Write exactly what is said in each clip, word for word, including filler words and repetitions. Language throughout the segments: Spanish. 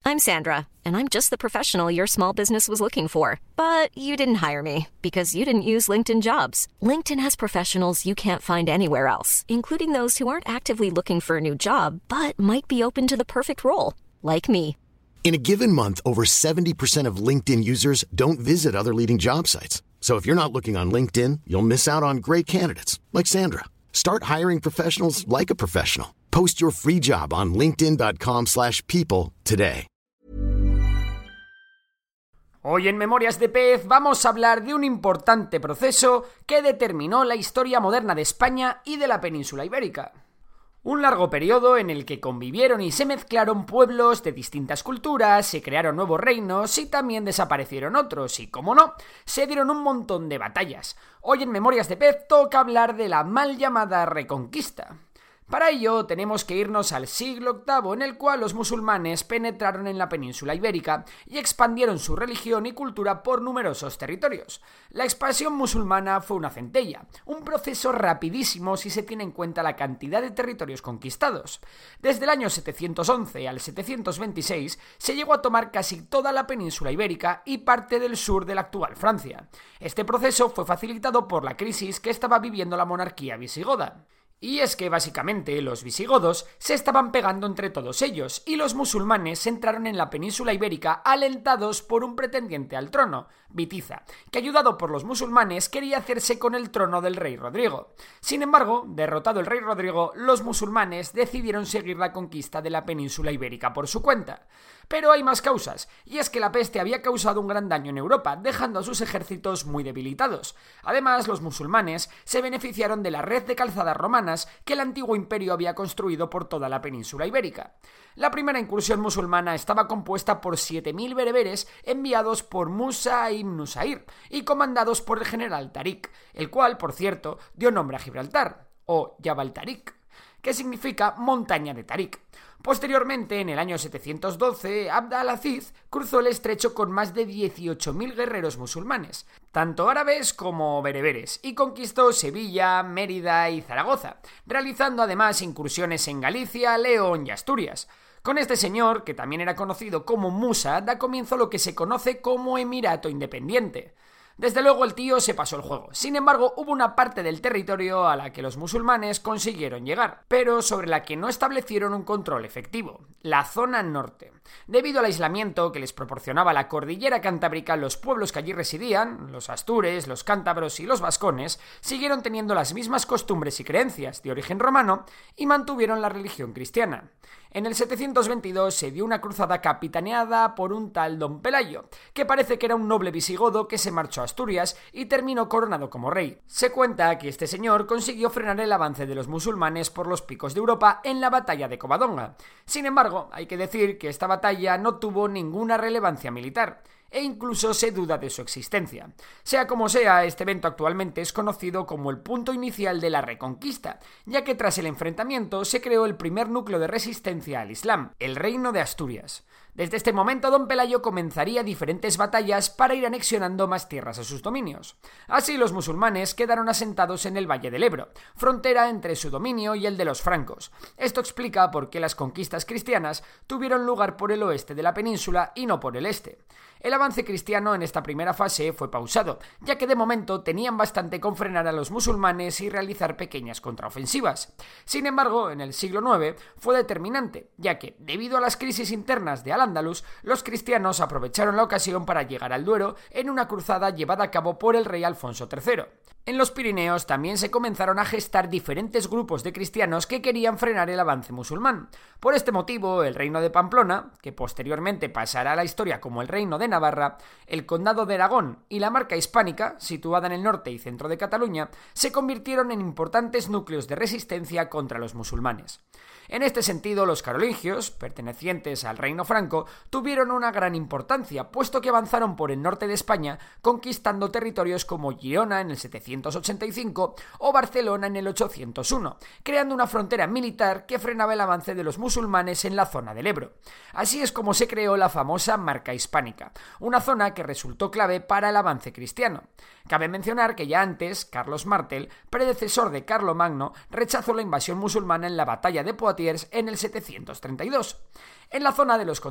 I'm Sandra, and I'm just the professional your small business was looking for. But you didn't hire me because you didn't use LinkedIn Jobs. LinkedIn has professionals you can't find anywhere else, including those who aren't actively looking for a new job, but might be open to the perfect role, like me. In a given month, over seventy percent of LinkedIn users don't visit other leading job sites. So if you're not looking on LinkedIn, you'll miss out on great candidates like Sandra. Start hiring professionals like a professional. Post your free job on linkedin.com slash people today. Hoy en Memorias de Pez vamos a hablar de un importante proceso que determinó la historia moderna de España y de la península ibérica. Un largo periodo en el que convivieron y se mezclaron pueblos de distintas culturas, se crearon nuevos reinos y también desaparecieron otros, y como no, se dieron un montón de batallas. Hoy en Memorias de Pez toca hablar de la mal llamada Reconquista. Para ello tenemos que irnos al siglo octavo, en el cual los musulmanes penetraron en la península ibérica y expandieron su religión y cultura por numerosos territorios. La expansión musulmana fue una centella, un proceso rapidísimo si se tiene en cuenta la cantidad de territorios conquistados. Desde el año setecientos once al setecientos veintiséis se llegó a tomar casi toda la península ibérica y parte del sur de la actual Francia. Este proceso fue facilitado por la crisis que estaba viviendo la monarquía visigoda. Y es que básicamente los visigodos se estaban pegando entre todos ellos y los musulmanes entraron en la península ibérica alentados por un pretendiente al trono, Witiza, que ayudado por los musulmanes quería hacerse con el trono del rey Rodrigo. Sin embargo, derrotado el rey Rodrigo, los musulmanes decidieron seguir la conquista de la península ibérica por su cuenta. Pero hay más causas, y es que la peste había causado un gran daño en Europa, dejando a sus ejércitos muy debilitados. Además, los musulmanes se beneficiaron de la red de calzadas romanas que el antiguo imperio había construido por toda la península ibérica. La primera incursión musulmana estaba compuesta por siete mil bereberes enviados por Musa ibn Nusair y comandados por el general Tarik, el cual, por cierto, dio nombre a Gibraltar, o Jabal Tarik, que significa montaña de Tarik. Posteriormente, en el año setecientos doce, Abd al-Aziz cruzó el estrecho con más de dieciocho mil guerreros musulmanes, tanto árabes como bereberes, y conquistó Sevilla, Mérida y Zaragoza, realizando además incursiones en Galicia, León y Asturias. Con este señor, que también era conocido como Musa, da comienzo lo que se conoce como Emirato Independiente. Desde luego el tío se pasó el juego. Sin embargo, hubo una parte del territorio a la que los musulmanes consiguieron llegar, pero sobre la que no establecieron un control efectivo: la zona norte. Debido al aislamiento que les proporcionaba la cordillera cantábrica, los pueblos que allí residían, los astures, los cántabros y los vascones, siguieron teniendo las mismas costumbres y creencias de origen romano y mantuvieron la religión cristiana. En el setecientos veintidós se dio una cruzada capitaneada por un tal Don Pelayo, que parece que era un noble visigodo que se marchó a Asturias y terminó coronado como rey. Se cuenta que este señor consiguió frenar el avance de los musulmanes por los picos de Europa en la batalla de Covadonga. Sin embargo, hay que decir que esta batalla no tuvo ninguna relevancia militar, e incluso se duda de su existencia. Sea como sea, este evento actualmente es conocido como el punto inicial de la Reconquista, ya que tras el enfrentamiento se creó el primer núcleo de resistencia al Islam, el Reino de Asturias. Desde este momento, Don Pelayo comenzaría diferentes batallas para ir anexionando más tierras a sus dominios. Así, los musulmanes quedaron asentados en el Valle del Ebro, frontera entre su dominio y el de los francos. Esto explica por qué las conquistas cristianas tuvieron lugar por el oeste de la península y no por el este. El avance cristiano en esta primera fase fue pausado, ya que de momento tenían bastante con frenar a los musulmanes y realizar pequeñas contraofensivas. Sin embargo, en el siglo noveno fue determinante, ya que, debido a las crisis internas de Al-Ándalus, los cristianos aprovecharon la ocasión para llegar al Duero en una cruzada llevada a cabo por el rey Alfonso tercero. En los Pirineos también se comenzaron a gestar diferentes grupos de cristianos que querían frenar el avance musulmán. Por este motivo, el reino de Pamplona, que posteriormente pasará a la historia como el reino de Navarra, el condado de Aragón y la Marca Hispánica, situada en el norte y centro de Cataluña, se convirtieron en importantes núcleos de resistencia contra los musulmanes. En este sentido, los carolingios, pertenecientes al reino franco, tuvieron una gran importancia, puesto que avanzaron por el norte de España, conquistando territorios como Girona en el setecientos ochenta y cinco o Barcelona en el ochocientos uno, creando una frontera militar que frenaba el avance de los musulmanes en la zona del Ebro. Así es como se creó la famosa Marca Hispánica, una zona que resultó clave para el avance cristiano. Cabe mencionar que ya antes, Carlos Martel, predecesor de Carlomagno, rechazó la invasión musulmana en la batalla de Poitiers en el setecientos treinta y dos. En la zona de los condados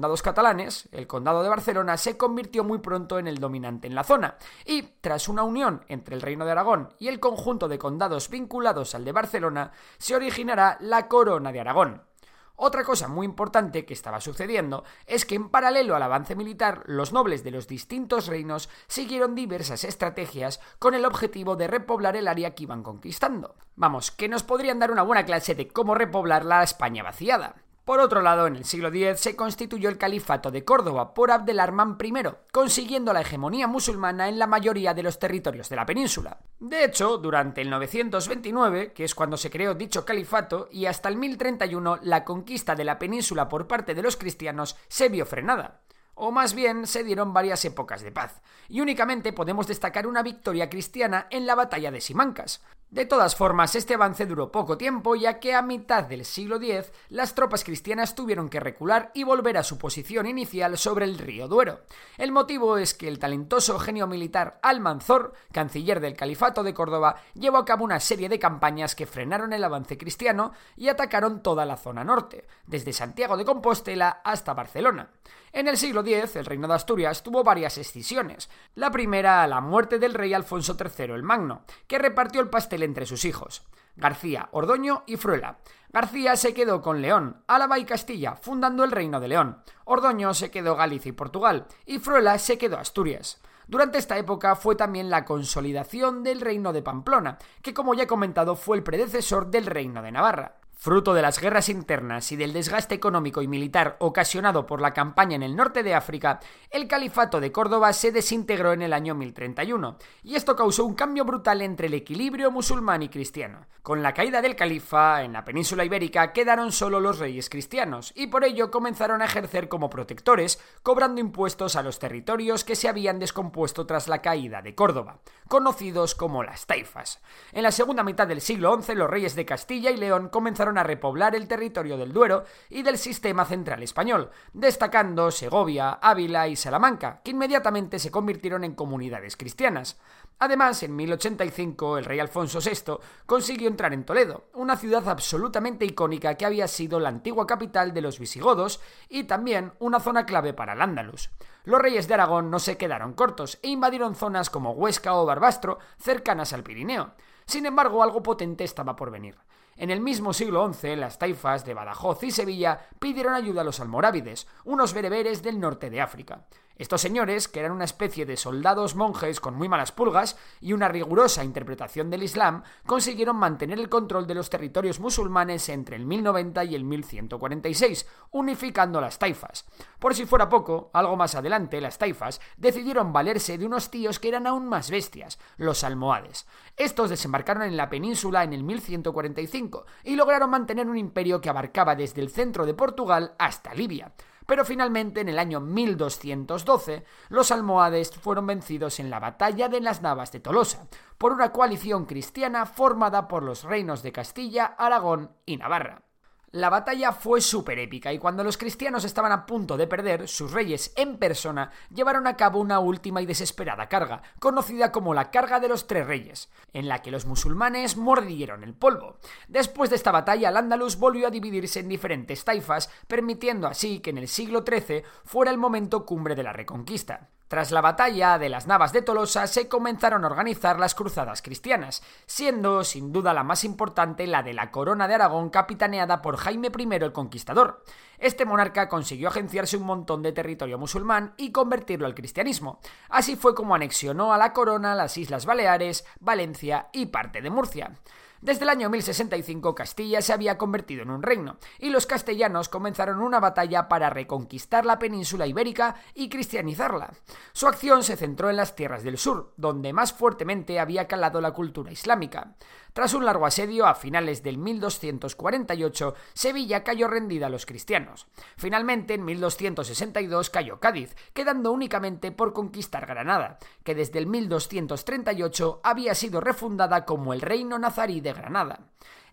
condados catalanes, el condado de Barcelona se convirtió muy pronto en el dominante en la zona, y tras una unión entre el Reino de Aragón y el conjunto de condados vinculados al de Barcelona, se originará la Corona de Aragón. Otra cosa muy importante que estaba sucediendo es que en paralelo al avance militar, los nobles de los distintos reinos siguieron diversas estrategias con el objetivo de repoblar el área que iban conquistando. Vamos, que nos podrían dar una buena clase de cómo repoblar la España vaciada. Por otro lado, en el siglo diez se constituyó el Califato de Córdoba por Abdelarmán primero, consiguiendo la hegemonía musulmana en la mayoría de los territorios de la península. De hecho, durante el novecientos veintinueve, que es cuando se creó dicho califato, y hasta el mil treinta y uno, la conquista de la península por parte de los cristianos se vio frenada. O más bien, se dieron varias épocas de paz, y únicamente podemos destacar una victoria cristiana en la batalla de Simancas. De todas formas, este avance duró poco tiempo, ya que a mitad del siglo diez las tropas cristianas tuvieron que recular y volver a su posición inicial sobre el río Duero. El motivo es que el talentoso genio militar Almanzor, canciller del Califato de Córdoba, llevó a cabo una serie de campañas que frenaron el avance cristiano y atacaron toda la zona norte, desde Santiago de Compostela hasta Barcelona. En el siglo diez, el reino de Asturias tuvo varias escisiones. La primera a la muerte del rey Alfonso tercero el Magno, que repartió el pastel entre sus hijos, García, Ordoño y Fruela. García se quedó con León, Álava y Castilla, fundando el Reino de León. Ordoño se quedó Galicia y Portugal, y Fruela se quedó Asturias. Durante esta época fue también la consolidación del Reino de Pamplona, que como ya he comentado fue el predecesor del Reino de Navarra. Fruto de las guerras internas y del desgaste económico y militar ocasionado por la campaña en el norte de África, el Califato de Córdoba se desintegró en el año mil treinta y uno, y esto causó un cambio brutal entre el equilibrio musulmán y cristiano. Con la caída del califa, en la península ibérica quedaron solo los reyes cristianos, y por ello comenzaron a ejercer como protectores, cobrando impuestos a los territorios que se habían descompuesto tras la caída de Córdoba, conocidos como las taifas. En la segunda mitad del siglo once, los reyes de Castilla y León comenzaron a repoblar el territorio del Duero y del sistema central español, destacando Segovia, Ávila y Salamanca, que inmediatamente se convirtieron en comunidades cristianas. Además, en mil ochenta y cinco, el rey Alfonso sexto consiguió entrar en Toledo, una ciudad absolutamente icónica que había sido la antigua capital de los visigodos y también una zona clave para el Andalus. Los reyes de Aragón no se quedaron cortos e invadieron zonas como Huesca o Barbastro, cercanas al Pirineo. Sin embargo, algo potente estaba por venir. En el mismo siglo once, las taifas de Badajoz y Sevilla pidieron ayuda a los almorávides, unos bereberes del norte de África. Estos señores, que eran una especie de soldados monjes con muy malas pulgas y una rigurosa interpretación del Islam, consiguieron mantener el control de los territorios musulmanes entre el mil noventa y el mil ciento cuarenta y seis, unificando las taifas. Por si fuera poco, algo más adelante, las taifas decidieron valerse de unos tíos que eran aún más bestias, los almohades. Estos desembarcaron en la península en el mil ciento cuarenta y cinco y lograron mantener un imperio que abarcaba desde el centro de Portugal hasta Libia. Pero finalmente, en el año mil doscientos doce, los almohades fueron vencidos en la batalla de las Navas de Tolosa, por una coalición cristiana formada por los reinos de Castilla, Aragón y Navarra. La batalla fue súper épica y cuando los cristianos estaban a punto de perder, sus reyes en persona llevaron a cabo una última y desesperada carga, conocida como la Carga de los Tres Reyes, en la que los musulmanes mordieron el polvo. Después de esta batalla, el Andalus volvió a dividirse en diferentes taifas, permitiendo así que en el siglo trece fuera el momento cumbre de la Reconquista. Tras la batalla de las Navas de Tolosa se comenzaron a organizar las cruzadas cristianas, siendo sin duda la más importante la de la Corona de Aragón, capitaneada por Jaime primero el Conquistador. Este monarca consiguió agenciarse un montón de territorio musulmán y convertirlo al cristianismo. Así fue como anexionó a la corona las Islas Baleares, Valencia y parte de Murcia. Desde el año mil sesenta y cinco Castilla se había convertido en un reino, y los castellanos comenzaron una batalla para reconquistar la península ibérica y cristianizarla. Su acción se centró en las tierras del sur, donde más fuertemente había calado la cultura islámica. Tras un largo asedio, a finales del mil doscientos cuarenta y ocho, Sevilla cayó rendida a los cristianos. Finalmente, en mil doscientos sesenta y dos cayó Cádiz, quedando únicamente por conquistar Granada, que desde el mil doscientos treinta y ocho había sido refundada como el Reino Nazarí de Granada.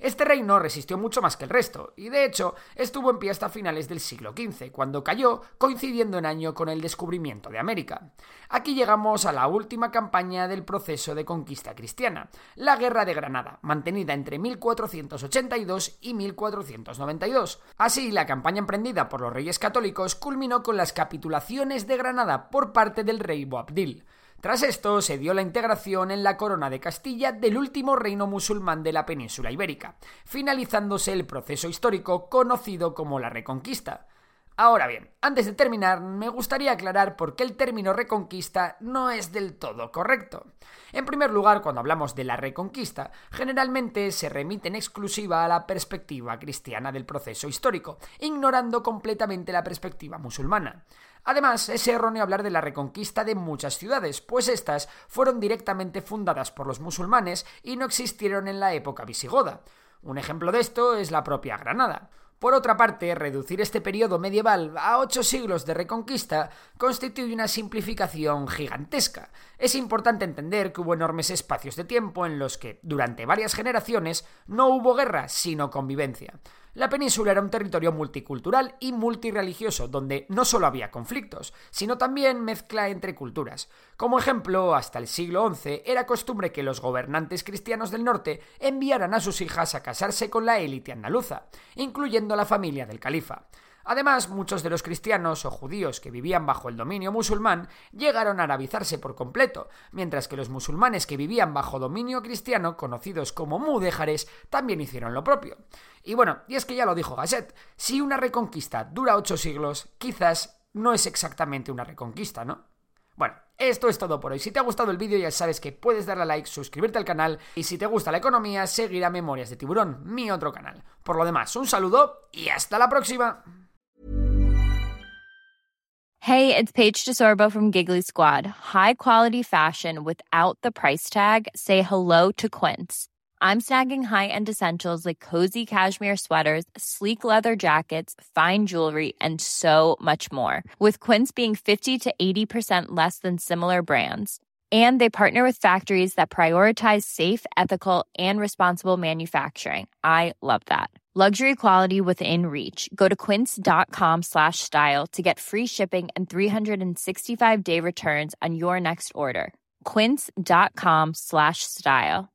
Este reino resistió mucho más que el resto, y de hecho estuvo en pie hasta finales del siglo quince, cuando cayó, coincidiendo en año con el descubrimiento de América. Aquí llegamos a la última campaña del proceso de conquista cristiana, la Guerra de Granada, mantenida entre mil cuatrocientos ochenta y dos y mil cuatrocientos noventa y dos. Así, la campaña emprendida por los reyes católicos culminó con las capitulaciones de Granada por parte del rey Boabdil. Tras esto, se dio la integración en la corona de Castilla del último reino musulmán de la península ibérica, finalizándose el proceso histórico conocido como la Reconquista. Ahora bien, antes de terminar, me gustaría aclarar por qué el término Reconquista no es del todo correcto. En primer lugar, cuando hablamos de la Reconquista, generalmente se remite en exclusiva a la perspectiva cristiana del proceso histórico, ignorando completamente la perspectiva musulmana. Además, es erróneo hablar de la reconquista de muchas ciudades, pues estas fueron directamente fundadas por los musulmanes y no existieron en la época visigoda. Un ejemplo de esto es la propia Granada. Por otra parte, reducir este periodo medieval a ocho siglos de reconquista constituye una simplificación gigantesca. Es importante entender que hubo enormes espacios de tiempo en los que, durante varias generaciones, no hubo guerra, sino convivencia. La península era un territorio multicultural y multirreligioso, donde no solo había conflictos, sino también mezcla entre culturas. Como ejemplo, hasta el siglo once era costumbre que los gobernantes cristianos del norte enviaran a sus hijas a casarse con la élite andaluza, incluyendo la familia del califa. Además, muchos de los cristianos o judíos que vivían bajo el dominio musulmán llegaron a arabizarse por completo, mientras que los musulmanes que vivían bajo dominio cristiano, conocidos como mudéjares, también hicieron lo propio. Y bueno, y es que ya lo dijo Gasset, si una reconquista dura ocho siglos, quizás no es exactamente una reconquista, ¿no? Bueno, esto es todo por hoy. Si te ha gustado el vídeo ya sabes que puedes darle a like, suscribirte al canal y si te gusta la economía, seguir a Memorias de Tiburón, mi otro canal. Por lo demás, un saludo y hasta la próxima. Hey, it's Paige DeSorbo from Giggly Squad. High quality fashion without the price tag. Say hello to Quince. I'm snagging high-end essentials like cozy cashmere sweaters, sleek leather jackets, fine jewelry, and so much more. With Quince being fifty to eighty percent less than similar brands. And they partner with factories that prioritize safe, ethical, and responsible manufacturing. I love that. Luxury quality within reach. Go to quince.com slash style to get free shipping and three sixty-five day returns on your next order. Quince.com slash style.